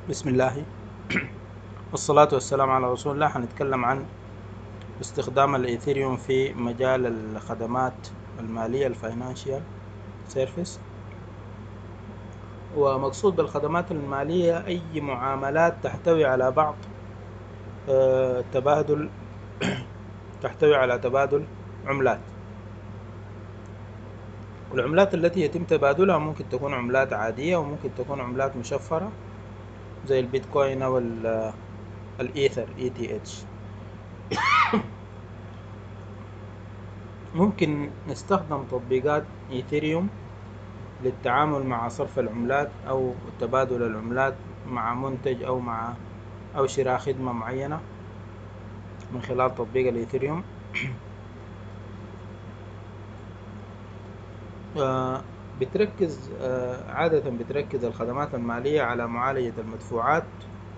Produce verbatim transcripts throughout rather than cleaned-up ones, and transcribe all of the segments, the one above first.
بسم الله والصلاة والسلام على رسول الله. هنتكلم عن استخدام الإيثيريوم في مجال الخدمات المالية الفاينانشال سيرفيس. ومقصود بالخدمات المالية أي معاملات تحتوي على بعض آه، تبادل تحتوي على تبادل عملات. والعملات التي يتم تبادلها ممكن تكون عملات عادية وممكن تكون عملات مشفرة زي البيتكوين أو الإيثر إي تي إتش. ممكن نستخدم تطبيقات إيثيريوم للتعامل مع صرف العملات أو تبادل العملات مع منتج أو مع أو شراء خدمة معينة من خلال تطبيق الإيثيريوم. آه، بتركز آه، عادة بتركز الخدمات المالية على معالجة المدفوعات،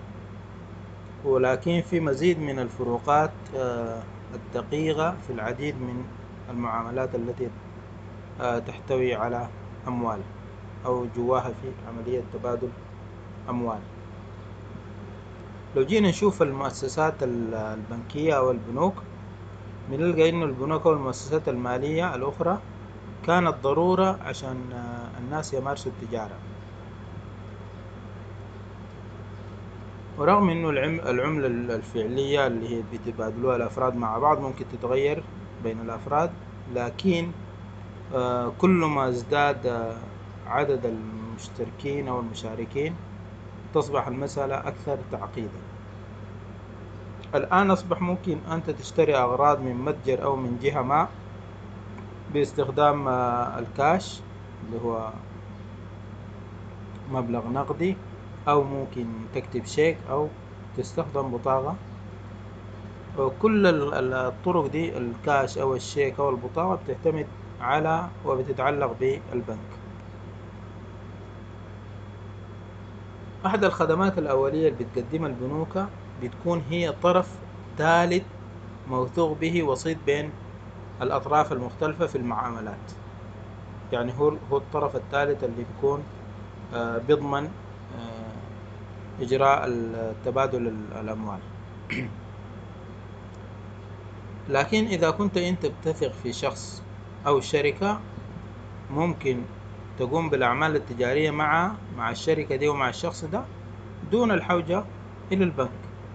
ولكن في مزيد من الفروقات آه، الدقيقة في العديد من المعاملات التي آه، تحتوي على أموال أو جواها في عملية تبادل أموال. لو جينا نشوف المؤسسات البنكية أو البنوك، بنلقى إنه البنوك أو المؤسسات المالية الأخرى كانت ضرورة عشان الناس يمارسوا التجارة، ورغم إنه العملة الفعلية اللي هي بيتبادلوها الأفراد مع بعض ممكن تتغير بين الأفراد، لكن كل ما ازداد عدد المشتركين أو المشاركين تصبح المسألة أكثر تعقيدا. الآن أصبح ممكن أنت تشتري أغراض من متجر أو من جهة ما باستخدام الكاش اللي هو مبلغ نقدي، أو ممكن تكتب شيك أو تستخدم بطاقة. وكل الطرق دي الكاش أو الشيك أو البطاقة بتعتمد على وبتتعلق بالبنك. أحد الخدمات الأولية اللي بتقدمها البنوك بتكون هي طرف ثالث موثوق به وسيط بين الأطراف المختلفة في المعاملات. يعني هو هو الطرف الثالث اللي بيكون آه بيضمن آه إجراء تبادل الأموال. لكن إذا كنت أنت بتثق في شخص أو شركة، ممكن تقوم بالأعمال التجارية مع مع الشركة دي ومع الشخص ده دون الحوجة إلى البنك.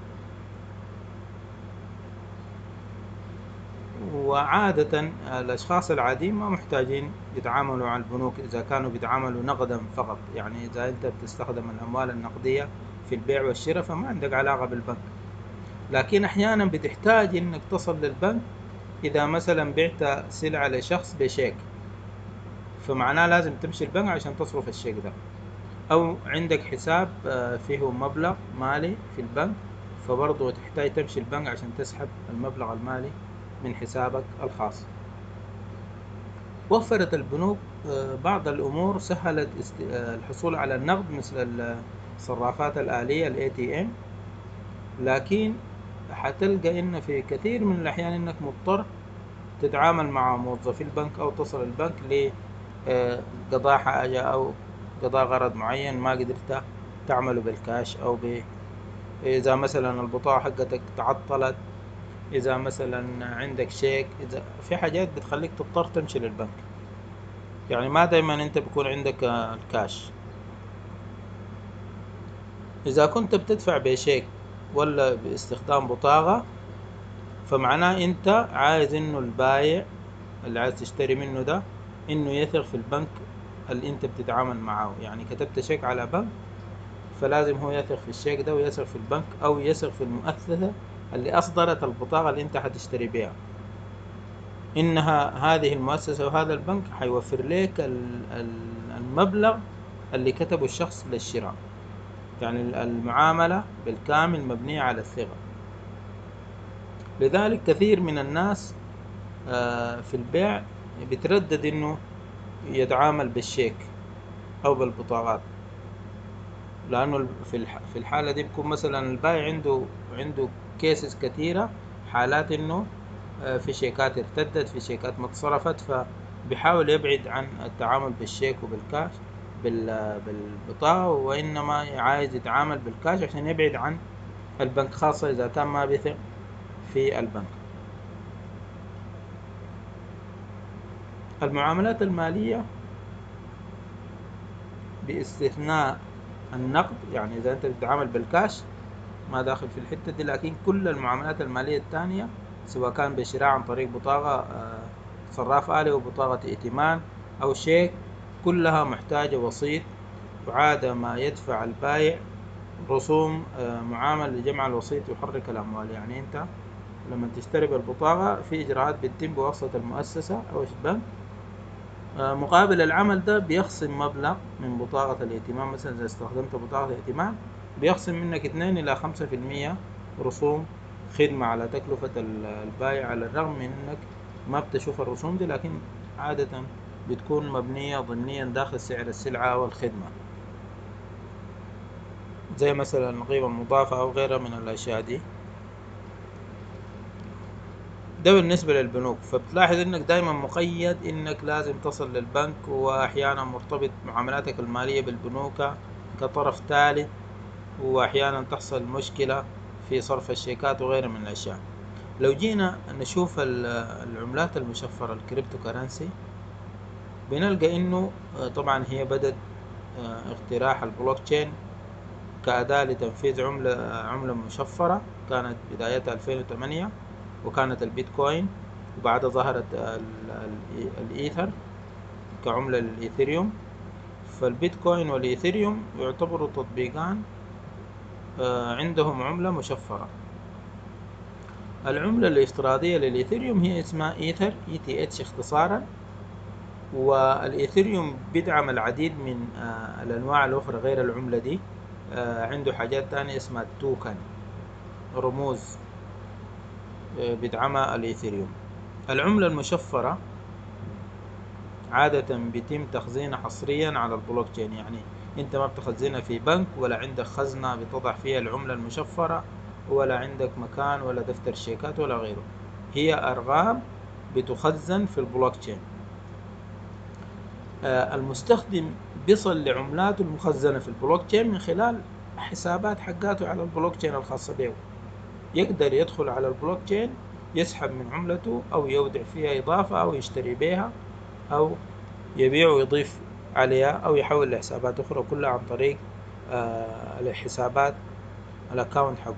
وعادة الأشخاص العاديين ما محتاجين يتعاملوا مع البنوك إذا كانوا بيتعاملوا نقدا فقط. يعني إذا أنت بتستخدم الأموال النقدية في البيع والشراء فما عندك علاقة بالبنك. لكن أحيانا بتحتاج إنك تصل للبنك إذا مثلا بعت سلعة لشخص بشيك، فمعناه لازم تمشي البنك عشان تصرف الشيك ده، أو عندك حساب فيه مبلغ مالي في البنك فبرضه تحتاج تمشي البنك عشان تسحب المبلغ المالي من حسابك الخاص. وفرت البنوك بعض الأمور سهلت الحصول على النقد مثل الصرافات الآلية ال إيه تي إم، لكن حتلقى إن في كثير من الأحيان إنك مضطر تتعامل مع موظفي البنك أو تصل البنك لقضاء حاجة أو قضاء غرض معين ما قدرت تعمله بالكاش، أو ب إذا مثلا البطاقة حقتك تعطلت، إذا مثلا عندك شيك، إذا في حاجات بتخليك تضطر تمشي للبنك. يعني ما دايما أنت بيكون عندك الكاش. إذا كنت بتدفع بشيك ولا باستخدام بطاقة فمعناه أنت عايز إنه البايع اللي عايز تشتري منه ده إنه يثق في البنك اللي أنت بتتعامل معاه. يعني كتبت شيك على بنك فلازم هو يثق في الشيك ده ويثق في البنك أو يثق في المؤسسة اللي أصدرت البطاقة اللي أنت هتشتري بيها، إنها هذه المؤسسة وهذا البنك حيوفر لك المبلغ اللي كتبه الشخص للشراء. يعني المعاملة بالكامل مبنية على الثقة. لذلك كثير من الناس في البيع بتردد إنه يتعامل بالشيك أو بالبطاقات، لأنه في الحالة دي بيكون مثلا البائع عنده عنده كيسز كثيرة، حالات إنه في شيكات ارتدت، في شيكات ما اتصرفت، فبيحاول يبعد عن التعامل بالشيك وبالكاش. بالبطاقة، وإنما عايز يتعامل بالكاش عشان يبعد عن البنك، خاصة إذا كان ما بيثق في البنك. المعاملات المالية باستثناء النقد، يعني إذا أنت بتتعامل بالكاش ما داخل في الحتة دي، لكن كل المعاملات المالية التانية سواء كان بشراء عن طريق بطاقة صراف آلي وبطاقة ائتمان أو شيك، كلها محتاجة وسيط، وعادة ما يدفع البائع رسوم معامل لجمع الوسيط يحرك الأموال. يعني أنت لما تشتري بالبطاقة في إجراءات بتتم بواسطة المؤسسة أو البنك، مقابل العمل ده بيخصم مبلغ من بطاقة الائتمان. مثلا إذا استخدمت بطاقة ائتمان بيخصم منك اثنين إلى خمسة في المية رسوم خدمة على تكلفة البائع، على الرغم من إنك ما بتشوف الرسوم دي، لكن عادة بتكون مبنية ضمنيا داخل سعر السلعة والخدمة، زي مثلا القيمة المضافة أو غيرها من الأشياء دي. ده بالنسبة للبنوك. فبتلاحظ انك دايما مقيد انك لازم تصل للبنك، واحيانا مرتبط معاملاتك المالية بالبنوك كطرف ثالث، واحيانا تحصل مشكلة في صرف الشيكات وغيرها من الاشياء. لو جينا نشوف العملات المشفرة الكريبتو كرنسي، بنلقى انه طبعا هي بدأت اختراع البلوك تشين كأداة لتنفيذ عملة عملة مشفرة، كانت بدايتها ألفين وثمانية، وكانت البيتكوين، وبعدها ظهرت الإيثر كعملة للإيثيريوم. فالبيتكوين والإيثيريوم يعتبروا تطبيقان عندهم عملة مشفرة. العملة الافتراضية للإيثيريوم هي اسمها إيثر، إي تي إتش اختصارا، والإيثيريوم بيدعم العديد من الأنواع الأخرى غير العملة دي. عنده حاجات تانية اسمها التوكن، رموز بيدعمها الإيثيريوم. العملة المشفرة عادة بيتم تخزينها حصريا على البلوك تشين، يعني انت ما بتخزنها في بنك، ولا عندك خزنة بتضع فيها العملة المشفرة، ولا عندك مكان ولا دفتر شيكات ولا غيره. هي أرقام بتخزن في البلوك تشين. آه المستخدم بيصل لعملاته المخزنة في البلوك تشين من خلال حسابات حقاته على البلوك تشين الخاصة به. يقدر يدخل على البلوك تشين يسحب من عملته، أو يودع فيها إضافة، أو يشتري بها، أو يبيع ويضيف عليها، أو يحول لحسابات أخرى، كلها عن طريق آه الحسابات الأكاونت حقه.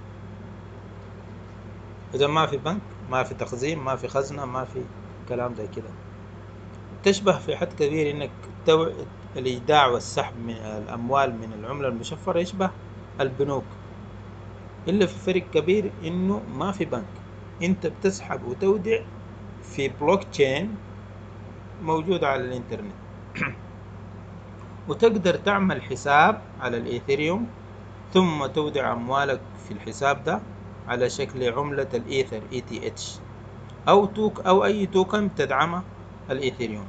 إذا ما في بنك، ما في تخزين، ما في خزنة، ما في كلام زي كده. تشبه في حد كبير إنك تو... الإيداع والسحب من الأموال من العملة المشفرة يشبه البنوك، إلا في فرق كبير إنه ما في بنك، أنت بتسحب وتودع في بلوك تشين موجود على الإنترنت. وتقدر تعمل حساب على الإيثيريوم، ثم تودع أموالك في الحساب ده على شكل عملة الإيثر إي تي إتش، أو توك أو أي توكن بتدعمه الإيثيريوم.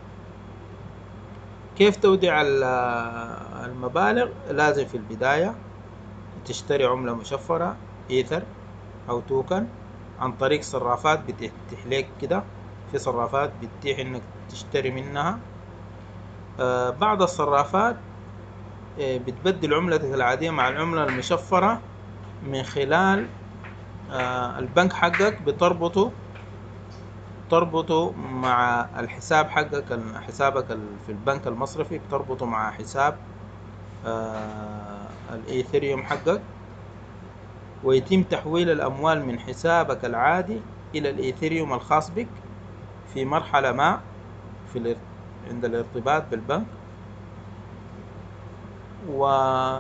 كيف تودع المبالغ؟ لازم في البداية تشتري عملة مشفرة إيثر أو توكن عن طريق صرافات بتتيح لك كده. في صرافات بتتيح إنك تشتري منها. آه بعض الصرافات آه بتبدل عملتك العادية مع العملة المشفرة من خلال آه البنك حقك، بتربطه تربطه مع الحساب حقك، حسابك في البنك المصرفي، بتربطه مع حساب آه الإيثيريوم حقك، ويتم تحويل الأموال من حسابك العادي إلى الإيثيريوم الخاص بك في مرحلة ما في عند الارتباط بالبنك. وليس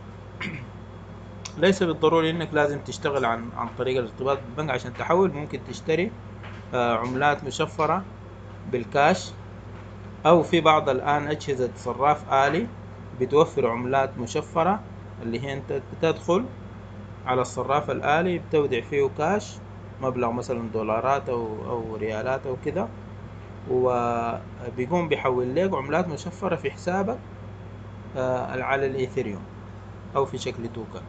بالضروري إنك لازم تشتغل عن عن طريق الارتباط بالبنك عشان تحول. ممكن تشتري عملات مشفرة بالكاش، أو في بعض الآن أجهزة صراف آلي بتوفر عملات مشفرة، اللي هي أنت بتدخل على الصراف الآلي بتودع فيه كاش مبلغ مثلا دولارات أو أو ريالات أو كده، وبيقوم بيحول لك عملات مشفرة في حسابك على الإيثيريوم أو في شكل توكن.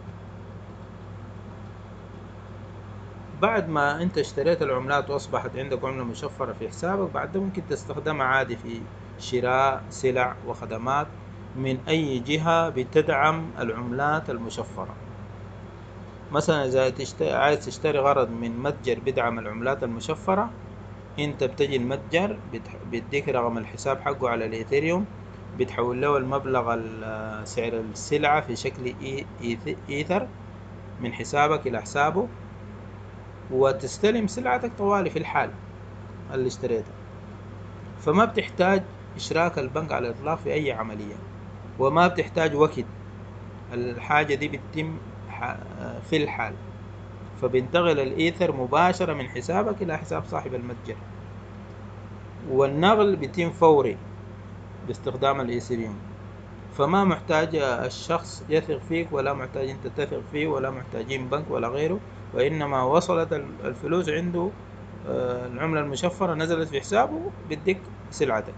بعد ما انت اشتريت العملات واصبحت عندك عملة مشفرة في حسابك، بعد ده ممكن تستخدمها عادي في شراء سلع وخدمات من أي جهة بتدعم العملات المشفرة. مثلا إذا عايز تشتري غرض من متجر بدعم العملات المشفرة، انت بتجي المتجر بيديك رقم الحساب حقه على الإيثيريوم، بتحول له المبلغ سعر السلعة في شكل إيثر من حسابك إلى حسابه، وتستلم سلعتك طوالي في الحال اللي اشتريتها. فما بتحتاج إشراك البنك على الإطلاق في أي عملية، وما بتحتاج وقت، الحاجة دي بتتم في الحال. فبينتقل الإيثر مباشرة من حسابك إلى حساب صاحب المتجر، والنقل بيتم فوري باستخدام الإيثيريوم. فما محتاج الشخص يثق فيك، ولا محتاج انت تثق فيه، ولا محتاجين بنك ولا غيره، وإنما وصلت الفلوس عنده، العملة المشفرة نزلت في حسابه، بديك سلعتك.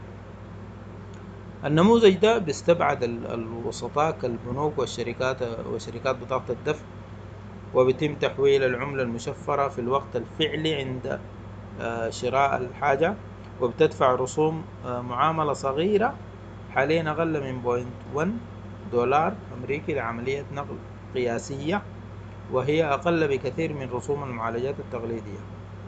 النموذج ده بيستبعد الوسطاء كالبنوك والشركات وشركات بطاقة الدفع، وبيتم تحويل العملة المشفرة في الوقت الفعلي عند شراء الحاجة، وبتدفع رسوم معاملة صغيرة، حاليا أقل من بوينت واحد دولار أمريكي لعملية نقل قياسية، وهي أقل بكثير من رسوم المعالجات التقليدية.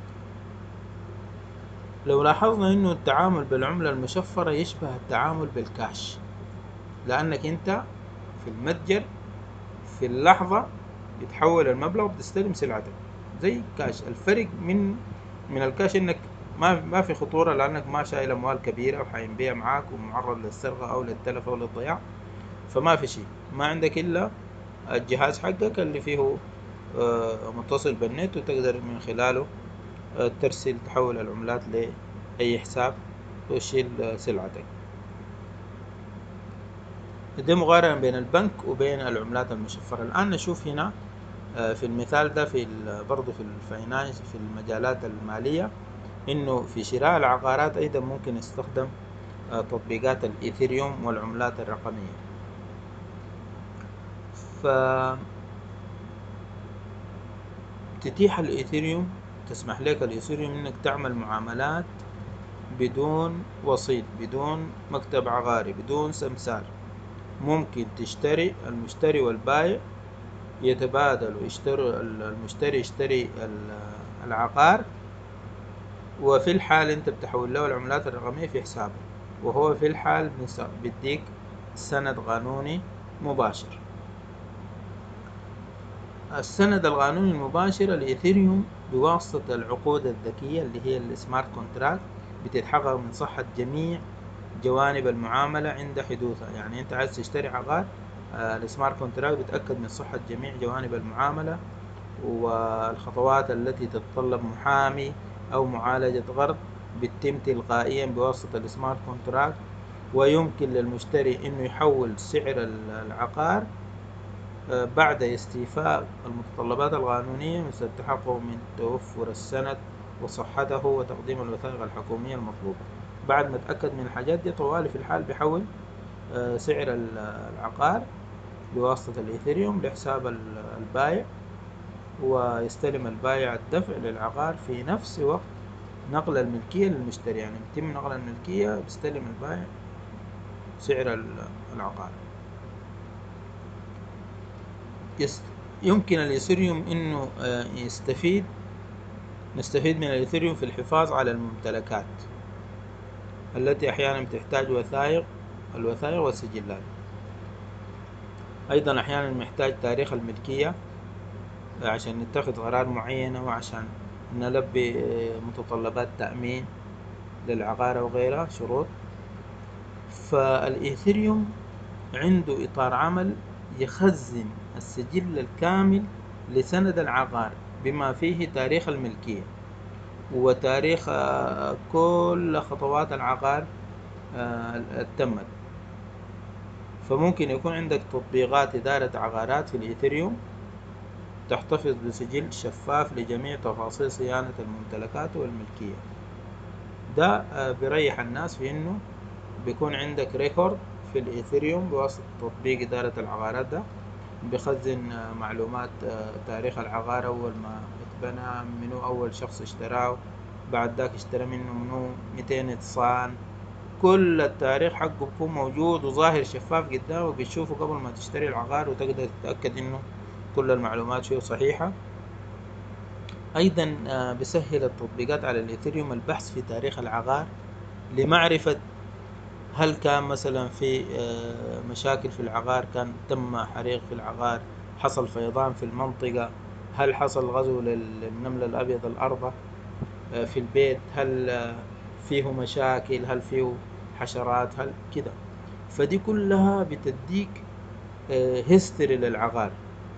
لو لاحظنا إنه التعامل بالعملة المشفرة يشبه التعامل بالكاش، لأنك أنت في المتجر في اللحظة بتحول المبلغ وبتستلم سلعتك زي كاش. الفرق من من الكاش إنك ما ما في خطورة، لأنك ما شايل أموال كبيرة وحينبيع معاك ومعرض للسرقة أو للتلف أو للضياع، فما في شيء. ما عندك إلا الجهاز حقك اللي فيه متصل بالنت، وتقدر من خلاله ترسل تحول العملات لأي حساب وتشيل سلعتك. دي مقارنة بين البنك وبين العملات المشفرة. الآن نشوف هنا في المثال ده في برضو في الفاينانس في المجالات المالية، إنه في شراء العقارات أيضا ممكن يستخدم تطبيقات الإيثيريوم والعملات الرقمية. فتتيح الإيثيريوم تسمح لك الإيثيريوم إنك تعمل معاملات بدون وسيط، بدون مكتب عقاري، بدون سمسار. ممكن تشتري المشتري والبائع يتبادلوا، يشتروا المشتري يشتري العقار، وفي الحال انت بتحول له العملات الرقمية في حسابه، وهو في الحال بيديك سند قانوني مباشر. السند القانوني المباشر الإيثيريوم بواسطة العقود الذكية اللي هي السمارت كونتراكت بتتحقق من صحة جميع جوانب المعاملة عند حدوثها. يعني انت عايز تشتري عقار، السمارت كونتراكت بتأكد من صحة جميع جوانب المعاملة والخطوات التي تتطلب محامي أو معالجة قرض بتتم تلقائيا بواسطة السمارت كونتراكت، ويمكن للمشتري إنه يحول سعر العقار بعد استيفاء المتطلبات القانونية، مثل التحقق من توفر السند وصحته وتقديم الوثائق الحكومية المطلوبة. بعد ما تأكد من الحاجات دي طوالي في الحال بيحول سعر العقار بواسطة الإيثيريوم لحساب البائع، ويستلم البائع الدفع للعقار في نفس وقت نقل الملكية للمشتري. يعني يتم نقل الملكية بيستلم البائع سعر العقار. يمكن الإيثيريوم إنه يستفيد نستفيد من الإيثيريوم في الحفاظ على الممتلكات التي أحيانا تحتاج وثائق الوثائق والسجلات. أيضا أحيانا محتاج تاريخ الملكية عشان نتخذ قرار معينة، وعشان نلبي متطلبات تأمين للعقار وغيرها شروط. فالإيثيريوم عنده إطار عمل يخزن السجل الكامل لسند العقار بما فيه تاريخ الملكية وتاريخ كل خطوات العقار التمت. فممكن يكون عندك تطبيقات إدارة عقارات في الإيثيريوم تحتفظ بسجل شفاف لجميع تفاصيل صيانة الممتلكات والملكية. ده بيريح الناس في إنه بيكون عندك ريكورد في الإيثيريوم بواسطة تطبيق إدارة العقارات. ده بيخزن معلومات تاريخ العقار، أول ما اتبنى، منو أول شخص اشتراه، بعد ذاك اشترى منه منو، متين اتصان، كل التاريخ حقه بيكون موجود وظاهر شفاف قدامك، بتشوفه قبل ما تشتري العقار وتقدر تتأكد انه كل المعلومات فيه صحيحة. ايضا آه، بيسهل التطبيقات على الايثيريوم البحث في تاريخ العقار لمعرفة هل كان مثلا في آه، مشاكل في العقار، كان تم حريق في العقار، حصل فيضان في المنطقة، هل حصل غزو للنمل الأبيض الأرض آه، في البيت، هل آه، فيه مشاكل، هل فيه حشرات، هل كده. فدي كلها بتديك هيستوري للعقار.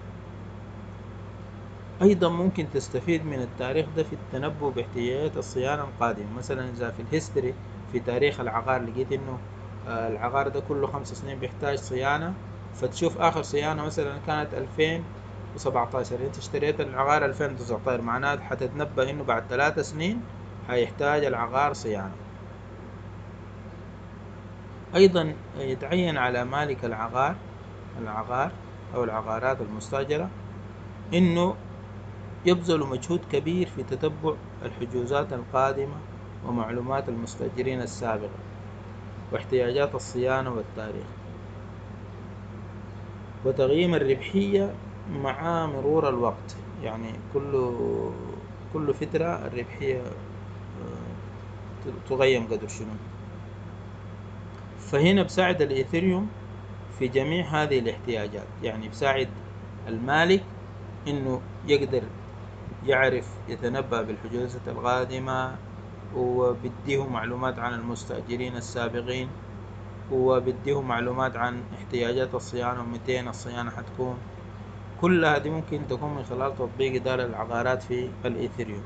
أيضا ممكن تستفيد من التاريخ ده في التنبؤ باحتياجات الصيانة القادمة. مثلا إذا في الهيستوري في تاريخ العقار لقيت إنه آه، العقار ده كله خمس سنين بيحتاج صيانة، فتشوف آخر صيانة مثلا كانت ألفين وسبعتاشر، أنت اشتريت العقار ألفين وتسعتاشر، معناته حتتنبأ إنه بعد ثلاث سنين هيحتاج العقار صيانة. أيضا يتعين على مالك العقار العقار أو العقارات المستأجرة إنه يبذل مجهود كبير في تتبع الحجوزات القادمة ومعلومات المستأجرين السابقة واحتياجات الصيانة والتاريخ، وتقييم الربحية مع مرور الوقت. يعني كل كل فترة الربحية آه، تقيم قدر شنو. فهنا بساعد الإيثيريوم في جميع هذه الاحتياجات، يعني بساعد المالك إنه يقدر يعرف يتنبأ بالحجوزات القادمة، وبديه معلومات عن المستأجرين السابقين، وبديه معلومات عن احتياجات الصيانة ومتين الصيانة حتكون. كلها دي ممكن تكون من خلال تطبيق إدارة العقارات في الإيثيريوم.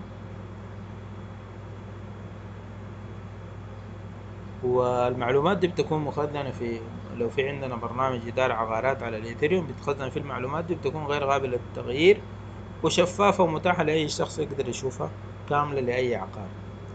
والمعلومات دي بتكون مخزنة في، لو في عندنا برنامج إدارة عقارات على الإيثيريوم بتخزن في المعلومات دي، بتكون غير قابلة للتغيير وشفافة ومتاحة لأي شخص يقدر يشوفها كاملة لأي عقار.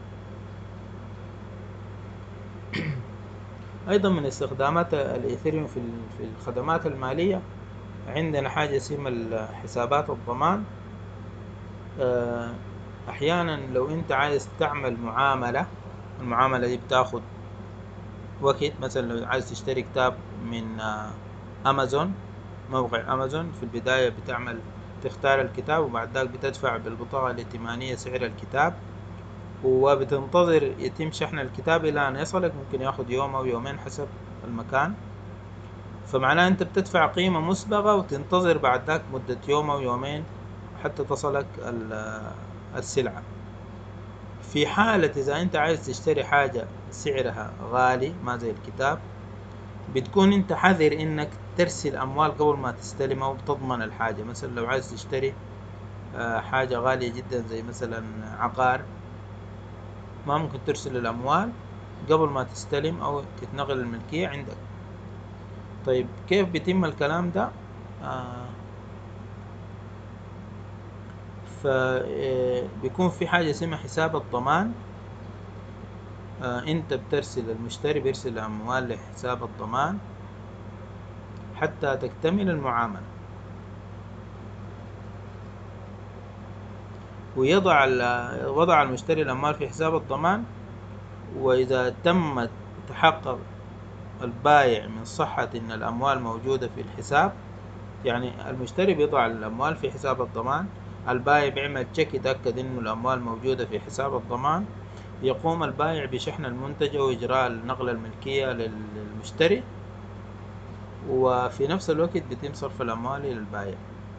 أيضا من استخدامات الإيثيريوم في في الخدمات المالية عندنا حاجة اسمها حسابات الضمان. آه، أحيانا لو أنت عايز تعمل معاملة، المعاملة دي بتاخد وقت. مثلا لو عايز تشتري كتاب من آه، أمازون، موقع أمازون، في البداية بتعمل تختار الكتاب وبعد ذلك بتدفع بالبطاقة الائتمانية سعر الكتاب، وبتنتظر يتم شحن الكتاب إلى أن يصلك، ممكن ياخد يوم أو يومين حسب المكان. فمعناه أنت بتدفع قيمة مسبقة وتنتظر بعد ذاك مدة يوم أو يومين حتى تصلك السلعة. في حالة إذا أنت عايز تشتري حاجة سعرها غالي ما زي الكتاب، بتكون أنت حذر إنك ترسل أموال قبل ما تستلمها وبتضمن الحاجة. مثلا لو عايز تشتري آه، حاجة غالية جدا زي مثلا عقار، ما ممكن ترسل الأموال قبل ما تستلم أو تتنقل الملكية عندك. طيب كيف بيتم الكلام ده؟ آه فبيكون في حاجة اسمها حساب الضمان. آه انت بترسل، المشتري بيرسل اموال لحساب الضمان حتى تكتمل المعاملة، ويضع وضع المشتري الاموال في حساب الضمان. واذا تم تحقق البائع من صحة ان الاموال موجودة في الحساب، يعني المشتري بيضع الاموال في حساب الضمان، البائع بيعمل تشيك يتأكد انه الاموال موجودة في حساب الضمان، يقوم البائع بشحن المنتج وإجراء نقل الملكية للمشتري، وفي نفس الوقت بيتم صرف الأموال إلى البائع.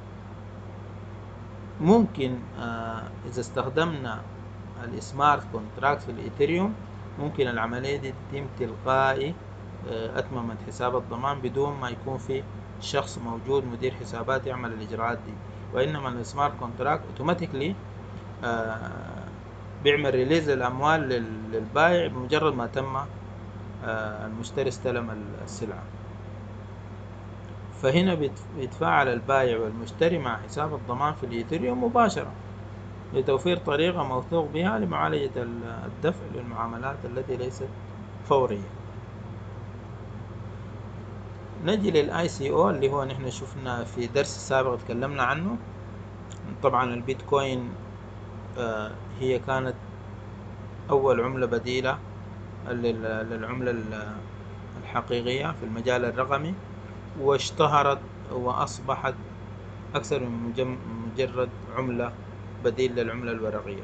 ممكن آه إذا استخدمنا السمارت كونتراكت في الإيثيريوم، ممكن العملية دي تتم تلقائي آه أتممت حساب الضمان بدون ما يكون في شخص موجود مدير حسابات يعمل الإجراءات دي، وإنما السمارت كونتراكت اوتوماتيكلي آه بيعمل ريليز الأموال للبائع بمجرد ما تم آه المشتري استلم السلعة. فهنا بيتفاعل البائع والمشتري مع حساب الضمان في الإيثيريوم مباشرة لتوفير طريقة موثوق بها لمعالجة الدفع للمعاملات التي ليست فورية. نجي للاي سي او اللي هو نحن شفنا في درس سابق تكلمنا عنه. طبعا البيتكوين آه هي كانت أول عملة بديلة للعملة الحقيقية في المجال الرقمي، واشتهرت وأصبحت أكثر من مجرد عملة بديل للعملة الورقية.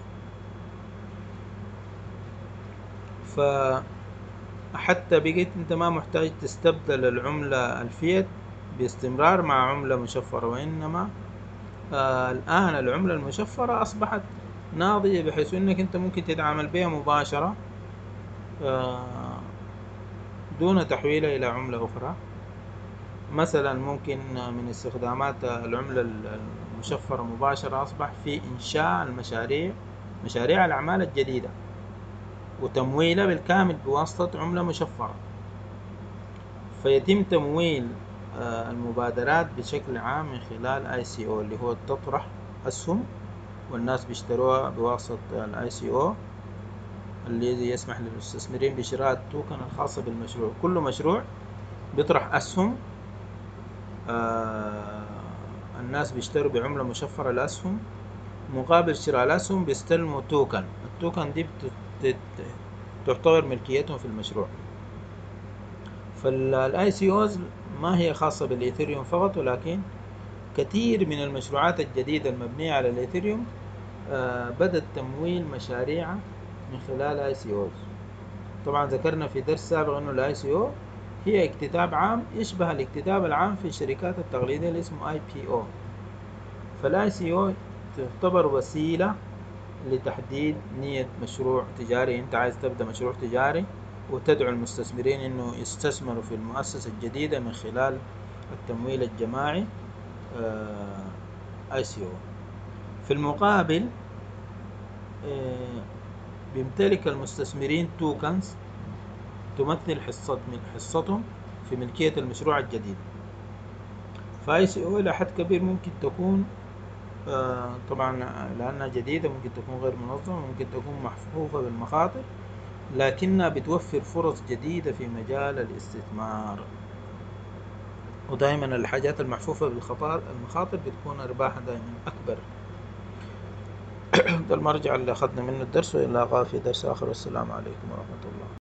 فحتى بقيت أنت ما محتاج تستبدل العملة الفيت باستمرار مع عملة مشفرة، وإنما آه الآن العملة المشفرة أصبحت ناضجة بحيث أنك أنت ممكن تتعامل بها مباشرة آه دون تحويلها إلى عملة أخرى. مثلا ممكن من استخدامات العملة المشفرة مباشرة أصبح في إنشاء المشاريع، مشاريع الأعمال الجديدة، وتمويلها بالكامل بواسطة عملة مشفرة. فيتم تمويل المبادرات بشكل عام من خلال آي سي أو، اللي هو تطرح أسهم والناس بيشتروها بواسطة الآي سي أو، الذي يسمح للمستثمرين بشراء التوكن الخاصة بالمشروع. كل مشروع بيطرح أسهم، آه الناس بيشتروا بعملة مشفرة الأسهم، مقابل شراء الأسهم بيستلموا توكن. التوكن دي تعتبر ملكيتهم في المشروع. فالاي سي اوز ما هي خاصة بالايثيريوم فقط، ولكن كثير من المشروعات الجديدة المبنية على الايثيريوم آه بدأت تمويل مشاريعها من خلال اي سي اوز. طبعا ذكرنا في درس سابق انه الاي سي او هي اكتتاب عام يشبه الاكتتاب العام في الشركات التقليدية اللي اسمه اي بي او. فالاي سي او تعتبر وسيلة لتحديد نية مشروع تجاري. انت عايز تبدأ مشروع تجاري وتدعو المستثمرين انه يستثمروا في المؤسسة الجديدة من خلال التمويل الجماعي اي سي او. في المقابل آه بيمتلك المستثمرين توكنز تمثل حصة من حصتهم في ملكية المشروع الجديد. فاي سي او إلى حد كبير ممكن تكون آه طبعا لأنها جديدة ممكن تكون غير منظمة، ممكن تكون محفوفة بالمخاطر، لكنها بتوفر فرص جديدة في مجال الاستثمار. ودائما الحاجات المحفوفة بالخطر المخاطر بتكون أرباحها دائما أكبر. ده المرجع اللي أخذنا منه الدرس، وإلى في درس آخر. والسلام عليكم ورحمة الله.